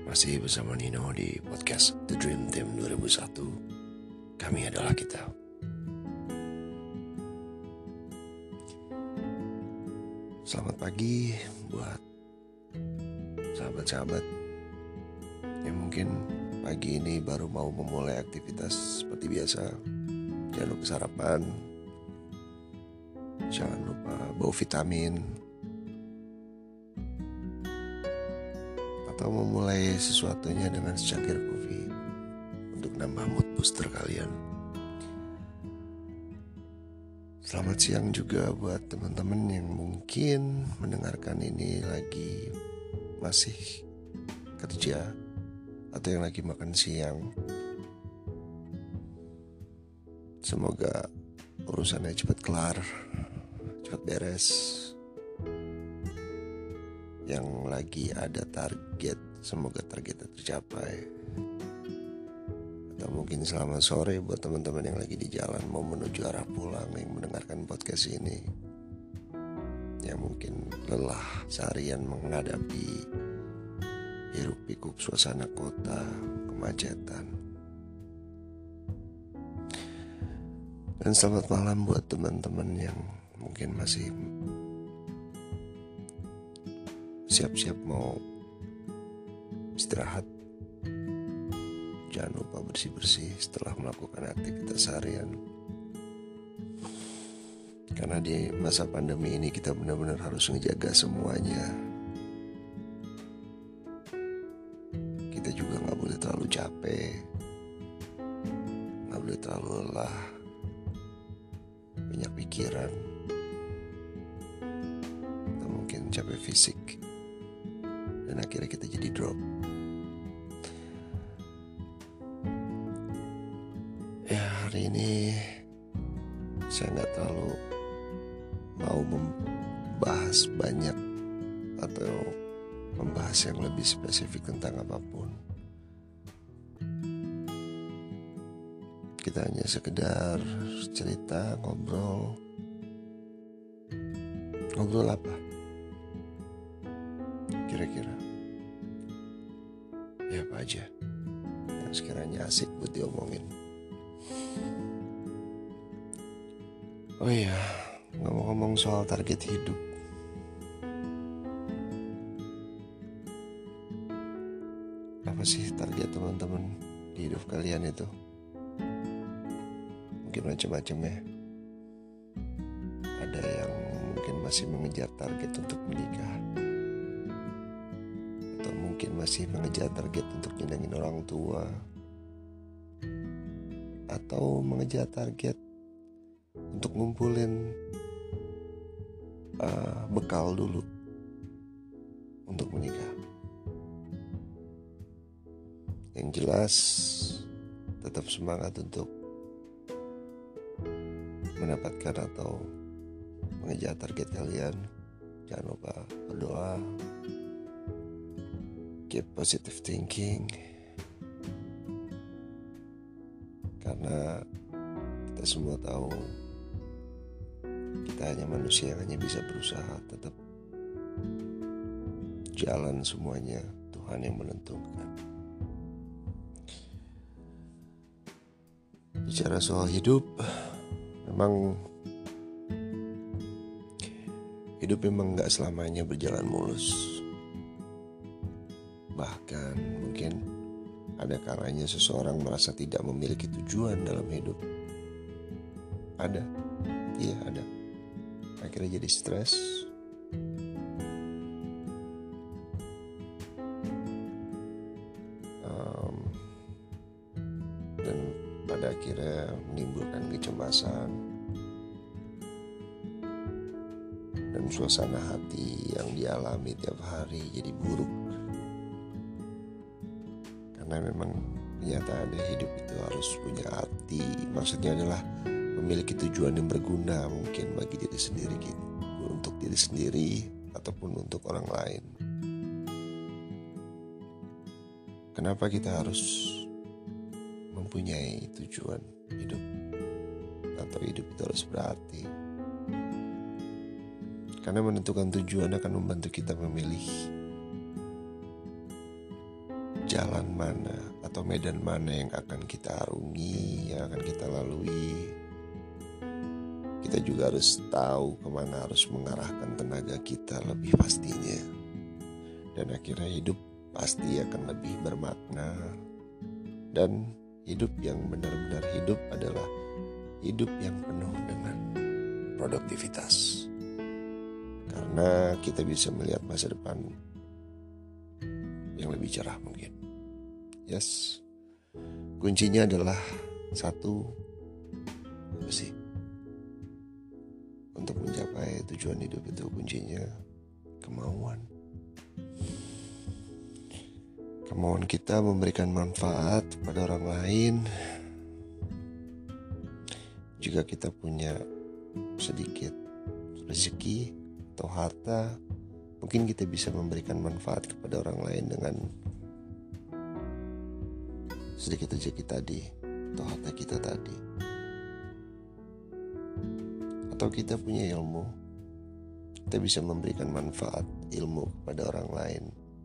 Masih bersama Nino di podcast The Dream Team 2001. Kami adalah kita. Selamat pagi buat sahabat-sahabat yang mungkin pagi ini baru mau memulai aktivitas seperti biasa. Jangan lupa sarapan, jangan lupa bawa vitamin, atau memulai sesuatunya dengan secangkir kopi untuk nambah mood booster kalian. Selamat siang juga buat teman-teman yang mungkin mendengarkan ini lagi masih kerja atau yang lagi makan siang. Semoga urusannya cepat kelar, cepat beres. Yang lagi ada target, semoga targetnya tercapai. Atau mungkin selamat sore buat teman-teman yang lagi di jalan mau menuju arah pulang yang mendengarkan podcast ini, yang mungkin lelah seharian menghadapi hiruk pikuk suasana kota, kemacetan. Dan selamat malam buat teman-teman yang mungkin masih siap-siap mau istirahat. Jangan lupa bersih-bersih setelah melakukan aktivitas harian. Karena di masa pandemi ini kita benar-benar harus menjaga semuanya. Kita juga gak boleh terlalu capek, gak boleh terlalu lelah, banyak pikiran, atau mungkin capek fisik, dan akhirnya kita jadi drop. Ya, hari ini saya gak terlalu mau membahas banyak atau membahas yang lebih spesifik tentang apapun. Kita hanya sekedar cerita, ngobrol apa kira-kira? Ya apa aja yang sekiranya asik buat diomongin. Oh iya, ngomong-ngomong soal target hidup, apa sih target teman-teman di hidup kalian itu? Mungkin macam-macam ya. Ada yang mungkin masih mengejar target untuk menikah, atau mungkin masih mengejar target untuk nyenengin orang tua, atau mengejar target untuk ngumpulin bekal dulu untuk menikah. Yang jelas tetap semangat untuk mendapatkan atau mengejar target kalian. Jangan lupa berdoa, keep positive thinking, karena kita semua tahu kita hanya manusia yang hanya bisa berusaha. Tetap jalan semuanya Tuhan yang menentukan. Bicara soal hidup, memang hidup memang gak selamanya berjalan mulus. Bahkan mungkin ada kalanya seseorang merasa tidak memiliki tujuan dalam hidup. Ada, iya ada. Akhirnya jadi stres. Dan pada akhirnya menimbulkan kecemasan dan suasana hati yang dialami tiap hari jadi buruk. Karena memang kenyataannya hidup itu harus punya arti. Maksudnya adalah memiliki tujuan yang berguna, mungkin bagi diri sendiri gitu, untuk diri sendiri ataupun untuk orang lain. Kenapa kita harus mempunyai tujuan hidup, atau hidup itu harus berarti? Karena menentukan tujuan akan membantu kita memilih jalan mana atau medan mana yang akan kita arungi, yang akan kita lalui. Kita juga harus tahu kemana harus mengarahkan tenaga kita lebih pastinya. Dan akhirnya hidup pasti akan lebih bermakna. Dan hidup yang benar-benar hidup adalah hidup yang penuh dengan produktivitas. Karena kita bisa melihat masa depan yang lebih cerah mungkin. Yes. Kuncinya adalah satu, apa sih? Untuk mencapai tujuan hidup itu kuncinya kemauan. Kemauan kita memberikan manfaat pada orang lain. Jika kita punya sedikit rezeki atau harta, mungkin kita bisa memberikan manfaat kepada orang lain dengan sedikit rezeki tadi atau harta kita tadi. Atau kita punya ilmu, kita bisa memberikan manfaat ilmu kepada orang lain.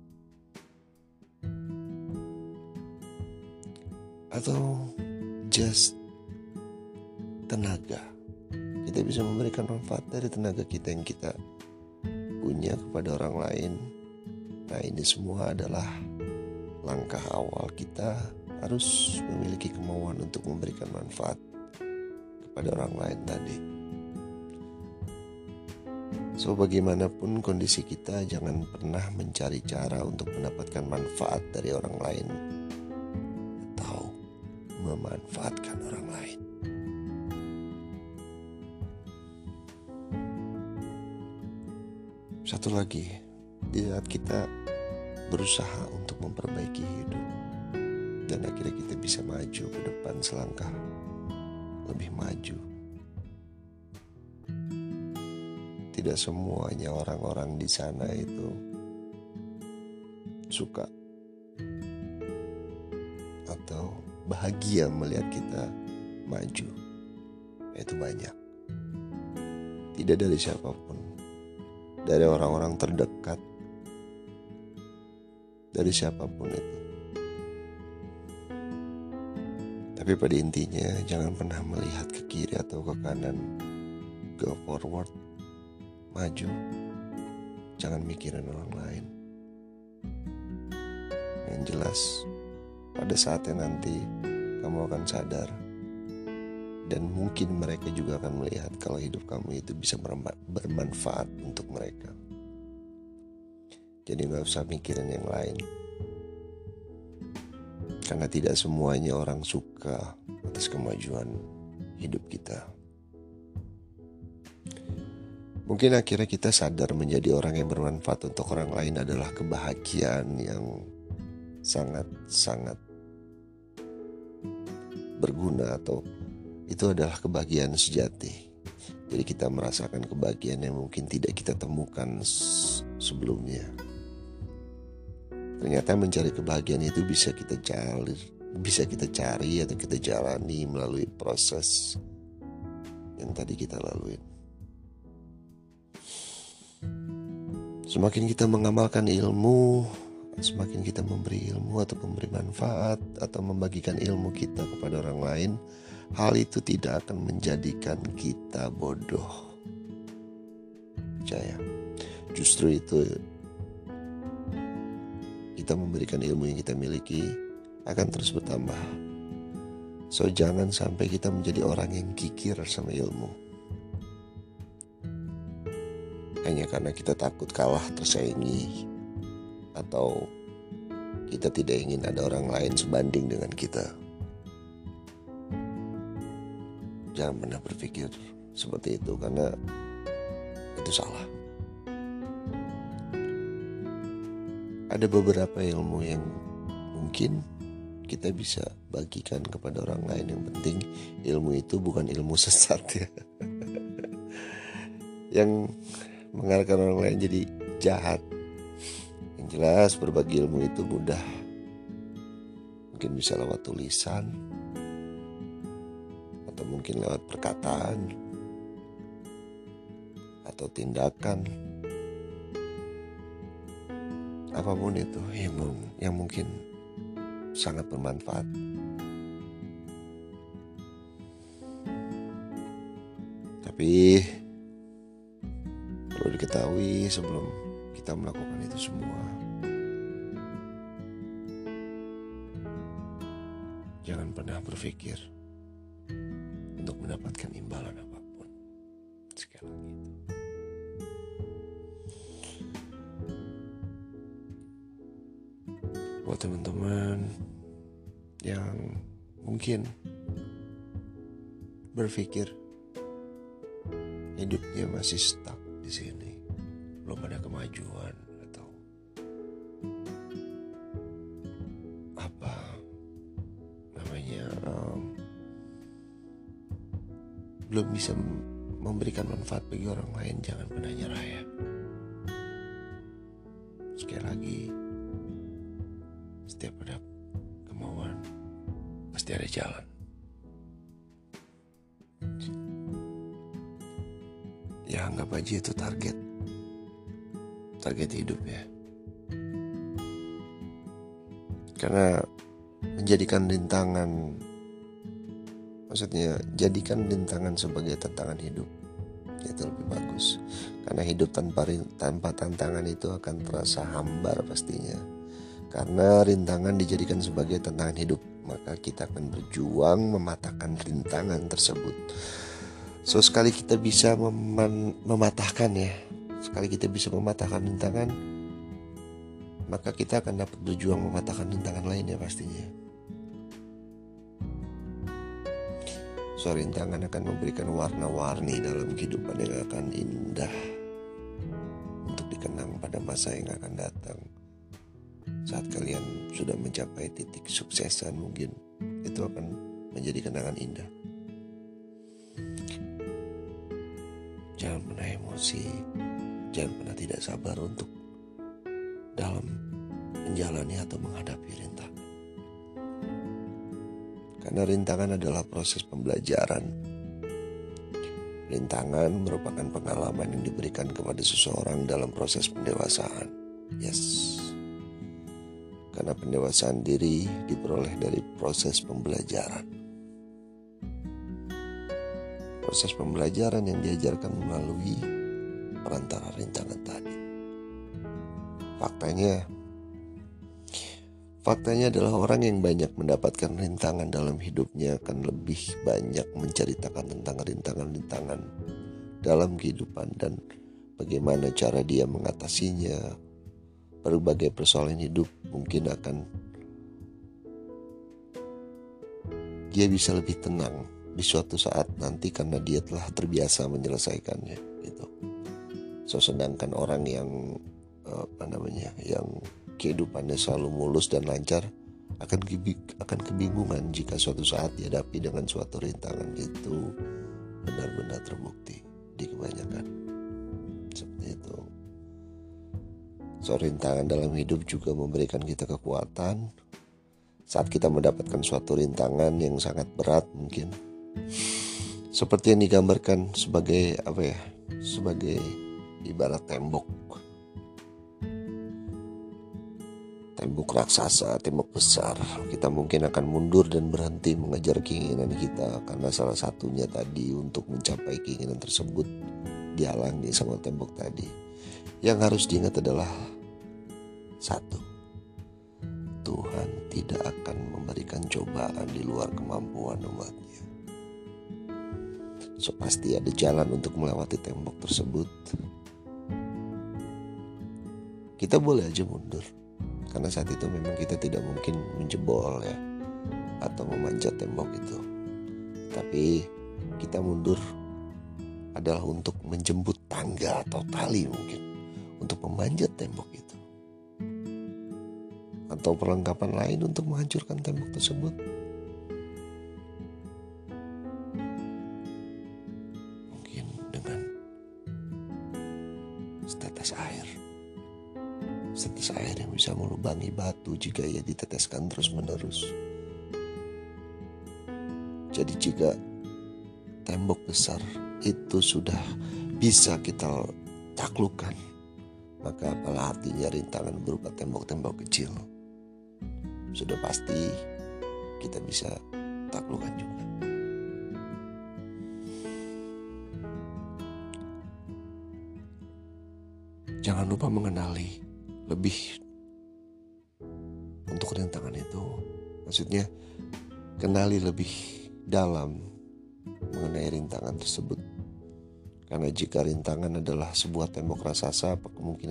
Atau just tenaga, kita bisa memberikan manfaat dari tenaga kita yang kita punya kepada orang lain. Nah, ini semua adalah langkah awal kita harus memiliki kemauan untuk memberikan manfaat kepada orang lain tadi. So, bagaimanapun kondisi kita, jangan pernah mencari cara untuk mendapatkan manfaat dari orang lain atau memanfaatkan orang lain. Satu lagi, di saat kita berusaha untuk memperbaiki hidup dan akhirnya kita bisa maju ke depan selangkah lebih maju. Tidak semuanya orang-orang di sana itu suka atau bahagia melihat kita maju. Itu banyak. Tidak dari siapapun, dari orang-orang terdekat, dari siapapun itu. Tapi pada intinya jangan pernah melihat ke kiri atau ke kanan. Go forward, maju. Jangan mikirin orang lain. Yang jelas, pada saatnya nanti kamu akan sadar, dan mungkin mereka juga akan melihat kalau hidup kamu itu bisa bermanfaat untuk mereka. Jadi gak usah mikirin yang lain, karena tidak semuanya orang suka atas kemajuan hidup kita. Mungkin akhirnya kita sadar menjadi orang yang bermanfaat untuk orang lain adalah kebahagiaan yang sangat-sangat berguna, atau itu adalah kebahagiaan sejati. Jadi kita merasakan kebahagiaan yang mungkin tidak kita temukan sebelumnya. Ternyata mencari kebahagiaan itu bisa kita cari atau kita jalani melalui proses yang tadi kita lalui. Semakin kita mengamalkan ilmu, semakin kita memberi ilmu atau memberi manfaat atau membagikan ilmu kita kepada orang lain, hal itu tidak akan menjadikan kita bodoh. Percaya, justru itu kita memberikan ilmu yang kita miliki akan terus bertambah. So, jangan sampai kita menjadi orang yang kikir sama ilmu hanya karena kita takut kalah tersaingi, atau kita tidak ingin ada orang lain sebanding dengan kita. Jangan pernah berpikir seperti itu, karena itu salah. Ada beberapa ilmu yang mungkin kita bisa bagikan kepada orang lain. Yang penting ilmu itu bukan ilmu sesat ya yang mengarahkan orang lain jadi jahat. Yang jelas berbagi ilmu itu mudah. Mungkin bisa lewat tulisan, atau mungkin lewat perkataan, atau tindakan. Apapun itu yang mungkin sangat bermanfaat. Tapi perlu diketahui sebelum kita melakukan itu semua, jangan pernah berpikir untuk mendapatkan imbalan apapun. Sekali lagi itu. Buat teman-teman yang mungkin berpikir hidupnya masih stuck di sini, belum ada kemajuan atau apa namanya, belum bisa memberikan manfaat bagi orang lain, jangan pernah nyerah ya. Sekali lagi, setiap ada kemauan pasti ada jalan. Ya anggap aja itu target hidup ya. Karena menjadikan rintangan, maksudnya jadikan rintangan sebagai tantangan hidup, itu lebih bagus. Karena hidup tanpa tantangan itu akan terasa hambar pastinya. Karena rintangan dijadikan sebagai tantangan hidup, maka kita akan berjuang mematahkan rintangan tersebut. So sekali kita bisa mematahkan ya, sekali kita bisa mematahkan rintangan, maka kita akan dapat berjuang mematahkan rintangan lainnya pastinya. So rintangan akan memberikan warna-warni dalam kehidupan yang akan indah untuk dikenang pada masa yang akan datang. Saat kalian sudah mencapai titik suksesan, mungkin itu akan menjadi kenangan indah. Jangan pernah emosi, jangan pernah tidak sabar untuk dalam menjalani atau menghadapi rintangan. Karena rintangan adalah proses pembelajaran. Rintangan merupakan pengalaman yang diberikan kepada seseorang dalam proses pendewasaan. Yes. Karena pendewasaan diri diperoleh dari proses pembelajaran. Proses pembelajaran yang diajarkan melalui perantara rintangan tadi. Faktanya adalah orang yang banyak mendapatkan rintangan dalam hidupnya akan lebih banyak menceritakan tentang rintangan-rintangan dalam kehidupan dan bagaimana cara dia mengatasinya. Berbagai persoalan hidup mungkin akan dia bisa lebih tenang di suatu saat nanti karena dia telah terbiasa menyelesaikannya gitu. So sedangkan orang yang yang kehidupannya selalu mulus dan lancar akan kebingungan jika suatu saat dihadapi dengan suatu rintangan. Itu benar-benar terbukti di kebanyakan seperti itu. So rintangan dalam hidup juga memberikan kita kekuatan saat kita mendapatkan suatu rintangan yang sangat berat, mungkin seperti yang digambarkan sebagai sebagai ibarat tembok raksasa, tembok besar. Kita mungkin akan mundur dan berhenti mengejar keinginan kita karena salah satunya tadi untuk mencapai keinginan tersebut dihalangi sama tembok tadi. Yang harus diingat adalah satu, Tuhan tidak akan memberikan cobaan di luar kemampuan umatnya. So pasti ada jalan untuk melewati tembok tersebut. Kita boleh aja mundur, karena saat itu memang kita tidak mungkin menjebol ya, atau memanjat tembok itu. Tapi kita mundur adalah untuk menjemput tangga atau tali mungkin, untuk memanjat tembok itu. Atau perlengkapan lain untuk menghancurkan tembok tersebut. Mungkin dengan setetes air yang bisa melubangi batu jika ia diteteskan terus-menerus. Jadi jika tembok besar itu sudah bisa kita taklukkan, maka apalah artinya rintangan berupa tembok-tembok kecil. sudah pasti kita bisa taklukkan juga. Jangan lupa mengenali lebih untuk rintangan itu. Maksudnya kenali lebih dalam mengenai rintangan tersebut. Karena jika rintangan adalah sebuah tembok raksasa,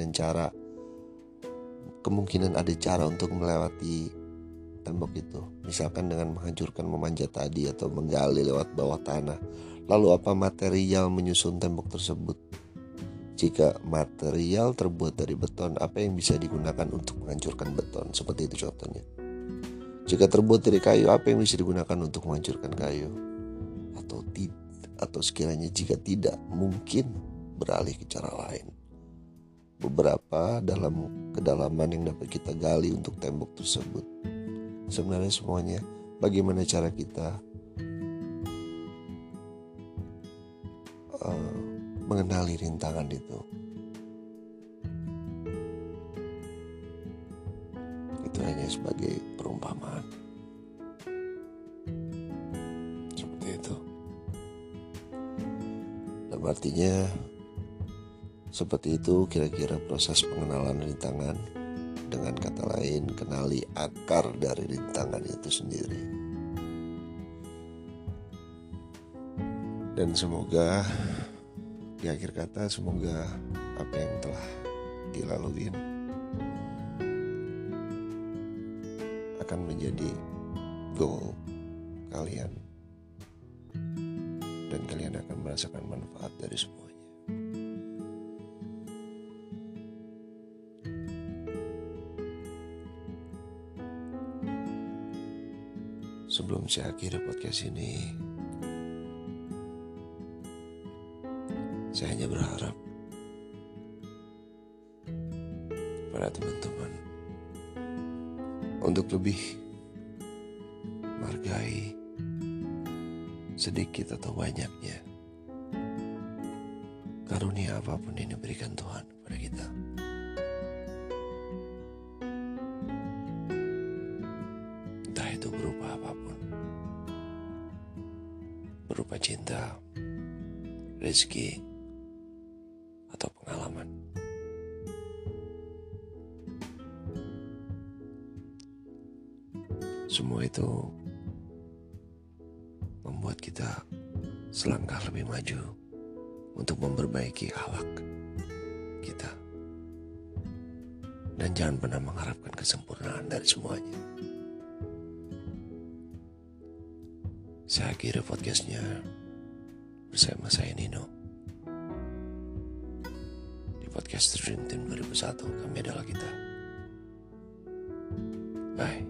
kemungkinan ada cara untuk melewati tembok itu. Misalkan dengan menghancurkan memanjat tadi atau menggali lewat bawah tanah. Lalu apa material menyusun tembok tersebut? Jika material terbuat dari beton, apa yang bisa digunakan untuk menghancurkan beton? Seperti itu contohnya. Jika terbuat dari kayu, apa yang bisa digunakan untuk menghancurkan kayu? Atau sekiranya jika tidak, mungkin beralih ke cara lain. Beberapa dalam kedalaman yang dapat kita gali untuk tembok tersebut. Sebenarnya semuanya bagaimana cara kita mengenali rintangan itu. Itu hanya sebagai perumpamaan. Seperti itu. Dan artinya seperti itu kira-kira proses pengenalan rintangan. Dengan kata lain, kenali akar dari rintangan itu sendiri. Dan semoga di akhir kata, semoga apa yang telah dilaluin akan menjadi goal kalian, dan kalian akan merasakan manfaat dari semuanya. Sebelum saya akhiri podcast ini, saya hanya berharap pada teman-teman untuk lebih menghargai sedikit atau banyaknya karunia apapun yang diberikan Tuhan kepada kita. Entah itu berupa apapun, berupa cinta, rezeki, atau pengalaman. Semua itu membuat kita selangkah lebih maju untuk memperbaiki akhlak kita. Dan jangan pernah mengharapkan kesempurnaan dari semuanya. Saya akhiri podcastnya bersama saya Nino. Di podcast Dream Team 2001, kami adalah kita. Bye.